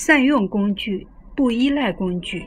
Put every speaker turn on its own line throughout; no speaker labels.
善用工具，不依赖工具。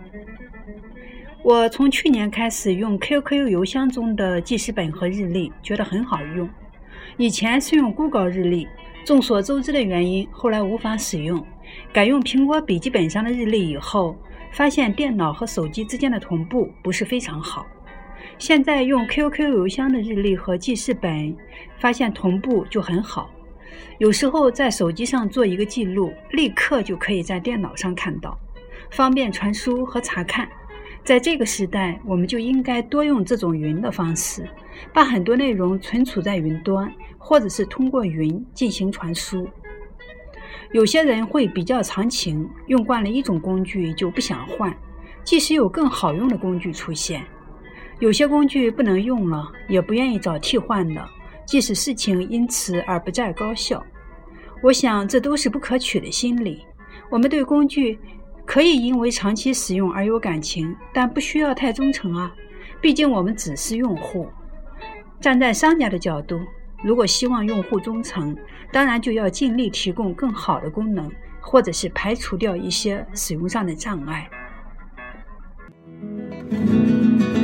我从去年开始用 QQ 邮箱中的记事本和日历，觉得很好用。以前是用 Google 日历，众所周知的原因，后来无法使用，改用苹果笔记本上的日历以后，发现电脑和手机之间的同步不是非常好。现在用 QQ 邮箱的日历和记事本，发现同步就很好。有时候在手机上做一个记录，立刻就可以在电脑上看到，方便传输和查看。在这个时代，我们就应该多用这种云的方式，把很多内容存储在云端，或者是通过云进行传输。有些人会比较长情，用惯了一种工具就不想换，即使有更好用的工具出现。有些工具不能用了，也不愿意找替换的，即使事情因此而不再高效。我想这都是不可取的心理。我们对工具可以因为长期使用而有感情，但不需要太忠诚啊，毕竟我们只是用户。站在商家的角度，如果希望用户忠诚，当然就要尽力提供更好的功能，或者是排除掉一些使用上的障碍。